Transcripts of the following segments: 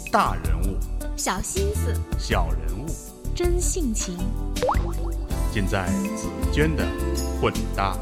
大人物， 小心思， 小人物， 真性情， 尽在紫娟的混搭。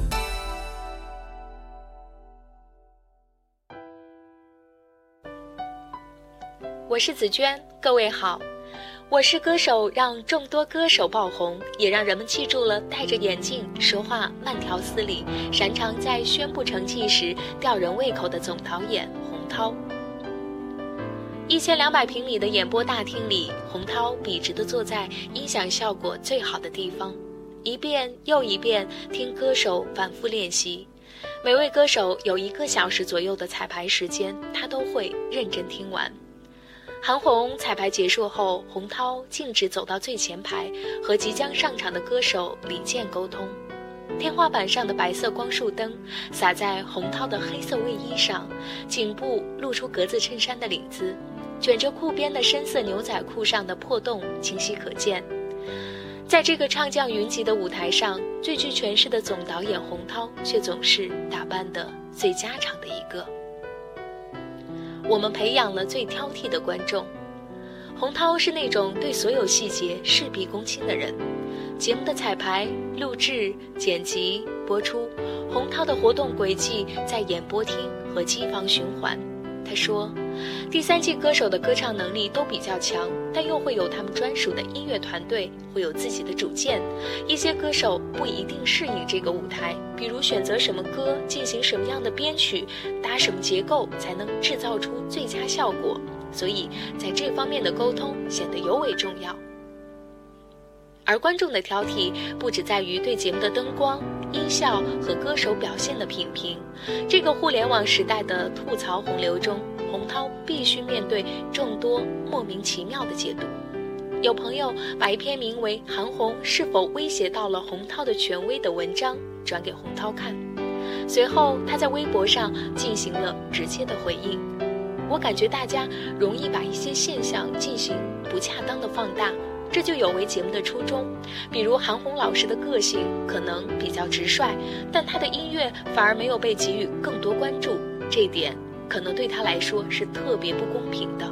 我是紫娟，各位好。我是歌手让众多歌手爆红，也让人们记住了戴着眼镜、说话慢条斯理、擅长在宣布成绩时吊人胃口的总导演洪涛。1200平米的演播大厅里，洪涛笔直地坐在音响效果最好的地方，一遍又一遍听歌手反复练习。每位歌手有1个小时左右的彩排时间，他都会认真听完。韩红彩排结束后，洪涛径直走到最前排，和即将上场的歌手李健沟通。天花板上的白色光束灯洒在洪涛的黑色卫衣上，颈部露出格子衬衫的领子，卷着裤边的深色牛仔裤上的破洞清晰可见。在这个唱将云集的舞台上，最具权势的总导演洪涛却总是打扮得最家常的一个。我们培养了最挑剔的观众。洪涛是那种对所有细节事必躬亲的人。节目的彩排、录制、剪辑、播出，洪涛的活动轨迹在演播厅和机房循环。他说，第3季歌手的歌唱能力都比较强，但又会有他们专属的音乐团队，会有自己的主见。一些歌手不一定适应这个舞台，比如选择什么歌，进行什么样的编曲，搭什么结构才能制造出最佳效果，所以在这方面的沟通显得尤为重要。而观众的挑剔不只在于对节目的灯光、音效和歌手表现的品评，这个互联网时代的吐槽洪流中，洪涛必须面对众多莫名其妙的解读。有朋友把一篇名为《韩红是否威胁到了洪涛的权威》的文章转给洪涛看，随后他在微博上进行了直接的回应。我感觉大家容易把一些现象进行不恰当的放大，这就有违节目的初衷。比如韩红老师的个性可能比较直率，但她的音乐反而没有被给予更多关注，这一点可能对她来说是特别不公平的。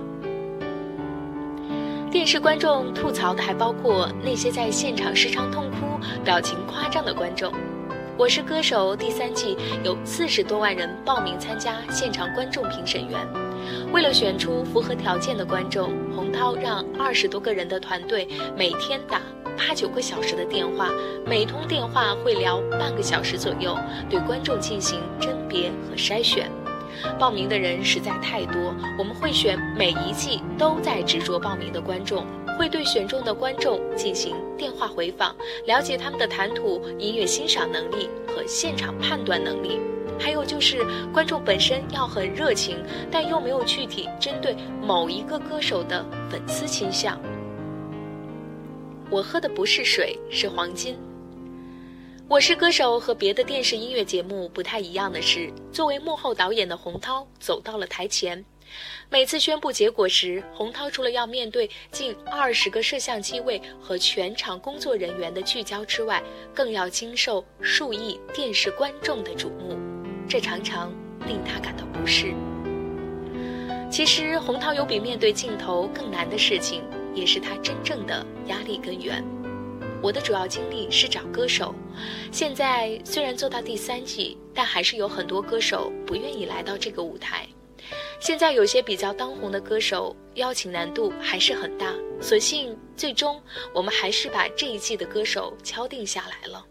电视观众吐槽的还包括那些在现场时常痛哭、表情夸张的观众。我是歌手第3季有40多万人报名参加现场观众评审员，为了选出符合条件的观众，洪涛让20多个人的团队每天打8、9个小时的电话，每通电话会聊半个小时左右，对观众进行甄别和筛选。报名的人实在太多，我们会选每一季都在执着报名的观众，会对选中的观众进行电话回访，了解他们的谈吐、音乐欣赏能力和现场判断能力。还有就是观众本身要很热情，但又没有具体针对某一个歌手的粉丝倾向。我喝的不是水，是黄金。我是歌手和别的电视音乐节目不太一样的是，作为幕后导演的洪涛走到了台前。每次宣布结果时，洪涛除了要面对近20个摄像机位和全场工作人员的聚焦之外，更要经受数亿电视观众的瞩目，这常常令他感到不适。其实洪涛有比面对镜头更难的事情，也是他真正的压力根源。我的主要经历是找歌手，现在虽然做到第3季，但还是有很多歌手不愿意来到这个舞台。现在有些比较当红的歌手，邀请难度还是很大，所幸最终我们还是把这一季的歌手敲定下来了。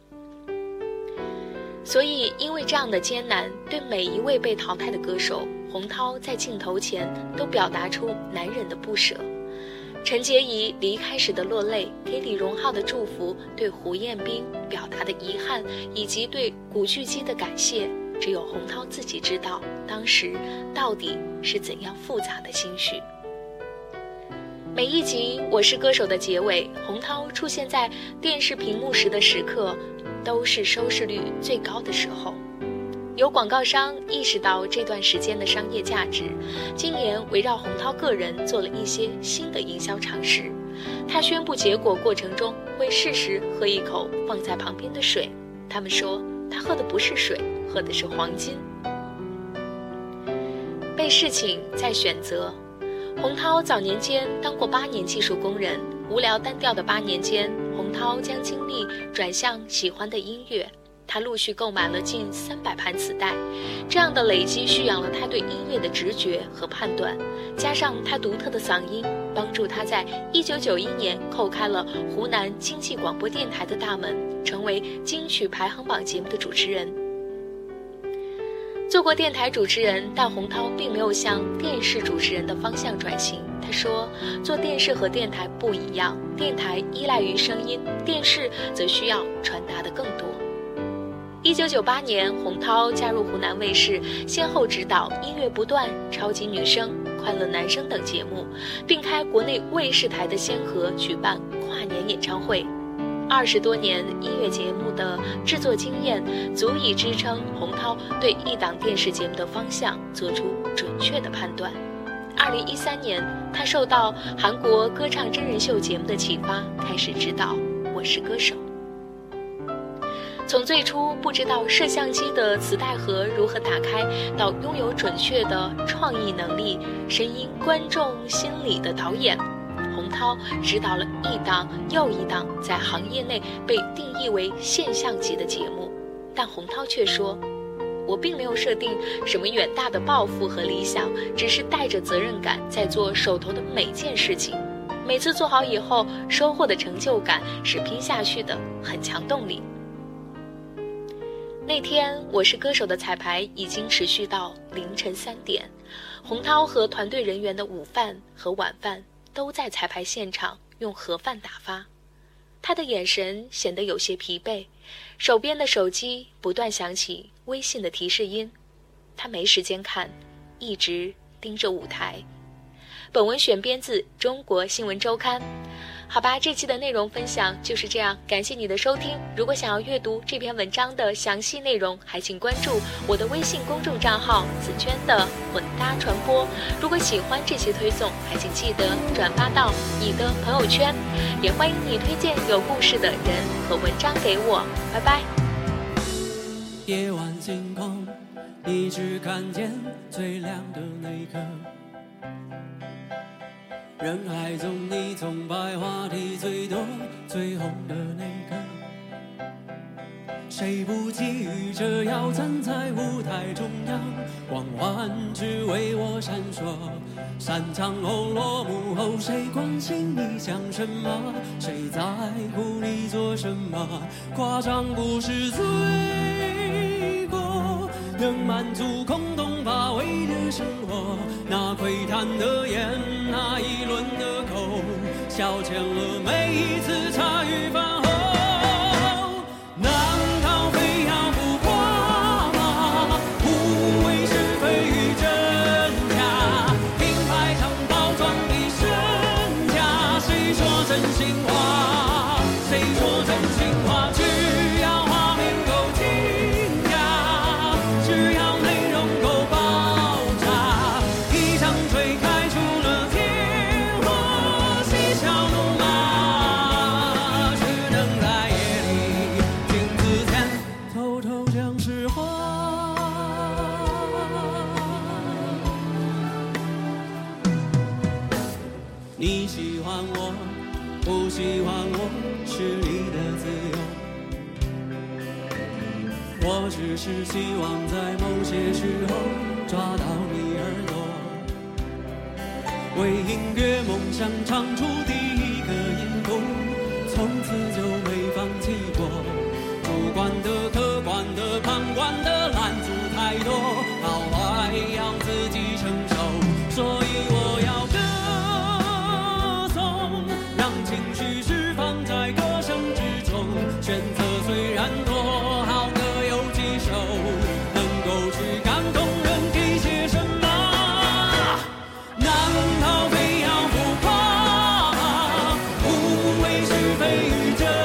所以因为这样的艰难，对每一位被淘汰的歌手，洪涛在镜头前都表达出难忍的不舍。陈洁仪离开时的落泪，给李荣浩的祝福，对胡彦斌表达的遗憾，以及对古巨基的感谢，只有洪涛自己知道当时到底是怎样复杂的情绪。每一集《我是歌手》的结尾，洪涛出现在电视屏幕时的时刻，都是收视率最高的时候。有广告商意识到这段时间的商业价值，今年围绕洪涛个人做了一些新的营销尝试。他宣布结果过程中会适时喝一口放在旁边的水，他们说他喝的不是水，喝的是黄金。被侍请再选择， 洪涛早年间当过8年技术工人，无聊单调的8年间，洪涛将精力转向喜欢的音乐。他陆续购买了近300盘磁带，这样的累积蓄养了他对音乐的直觉和判断，加上他独特的嗓音，帮助他在1991年叩开了湖南经济广播电台的大门，成为金曲排行榜节目的主持人。做过电台主持人，但洪涛并没有向电视主持人的方向转型。他说，做电视和电台不一样，电台依赖于声音，电视则需要传达的更多。1998年，洪涛加入湖南卫视，先后执导《音乐不断》《超级女声》《快乐男声》等节目，并开国内卫视台的先河，举办跨年演唱会。20多年音乐节目的制作经验，足以支撑洪涛对一档电视节目的方向做出准确的判断。2013年，他受到韩国歌唱真人秀节目的启发，开始指导《我是歌手》。从最初不知道摄像机的磁带盒如何打开，到拥有准确的创意能力、深谙观众心理的导演，洪涛指导了一档又一档在行业内被定义为现象级的节目。但洪涛却说，我并没有设定什么远大的抱负和理想，只是带着责任感在做手头的每件事情，每次做好以后收获的成就感是拼下去的很强动力。那天《我是歌手》的彩排已经持续到凌晨3点，洪涛和团队人员的午饭和晚饭都在彩排现场用盒饭打发。他的眼神显得有些疲惫，手边的手机不断响起微信的提示音，他没时间看，一直盯着舞台。本文选编自《中国新闻周刊》。好吧，这期的内容分享就是这样，感谢你的收听。如果想要阅读这篇文章的详细内容，还请关注我的微信公众账号紫娟的混搭传播。如果喜欢这期推送，还请记得转发到你的朋友圈，也欢迎你推荐有故事的人和文章给我。拜拜。 夜晚星空，你只看见最亮的那一刻，人海中你从白话题最多最红的那个，谁不急于着要站在舞台中央，光环只为我闪烁。散场后落幕后，谁关心你想什么，谁在乎你做什么，夸张不是罪过，能满足空洞乏味的生活。那窥探的眼，那一轮的口，消遣了每一次茶余饭后。难道非要浮夸吗？无谓是非与真假，品牌上包装的身价，谁说真心话？谁说真心话？只要画面够精佳，只要内容够爆炸，一场吹开出了天火，嬉笑怒骂，只能在夜里镜子前偷偷讲实话。你喜欢我，不喜欢我，是你的自由。我只是希望在某些时候抓到你耳朵，为音乐梦想唱出第一个音符，从此就没放弃过。主观的、客观的、旁观的拦阻太多，好坏要自己承受，所以我要歌颂，让情绪释放在歌声之中。选择虽然多，好歌有几首，能够去感动人，给些什么？难道非要浮夸吗？无谓是非与真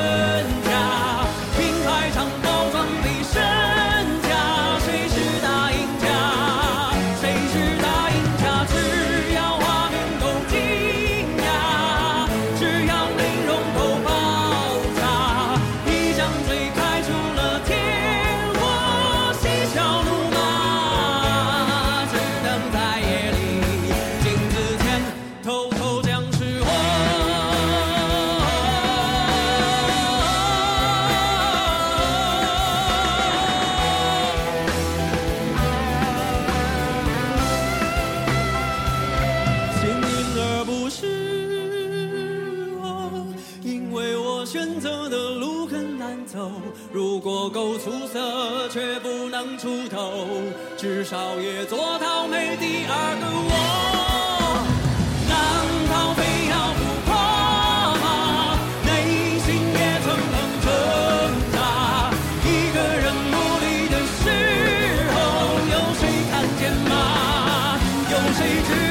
如果够出色却不能出头，至少也做到没第二个我。浪涛飞扬不垮吗？内心也曾很挣扎。一个人努力的时候，有谁看见吗？有谁知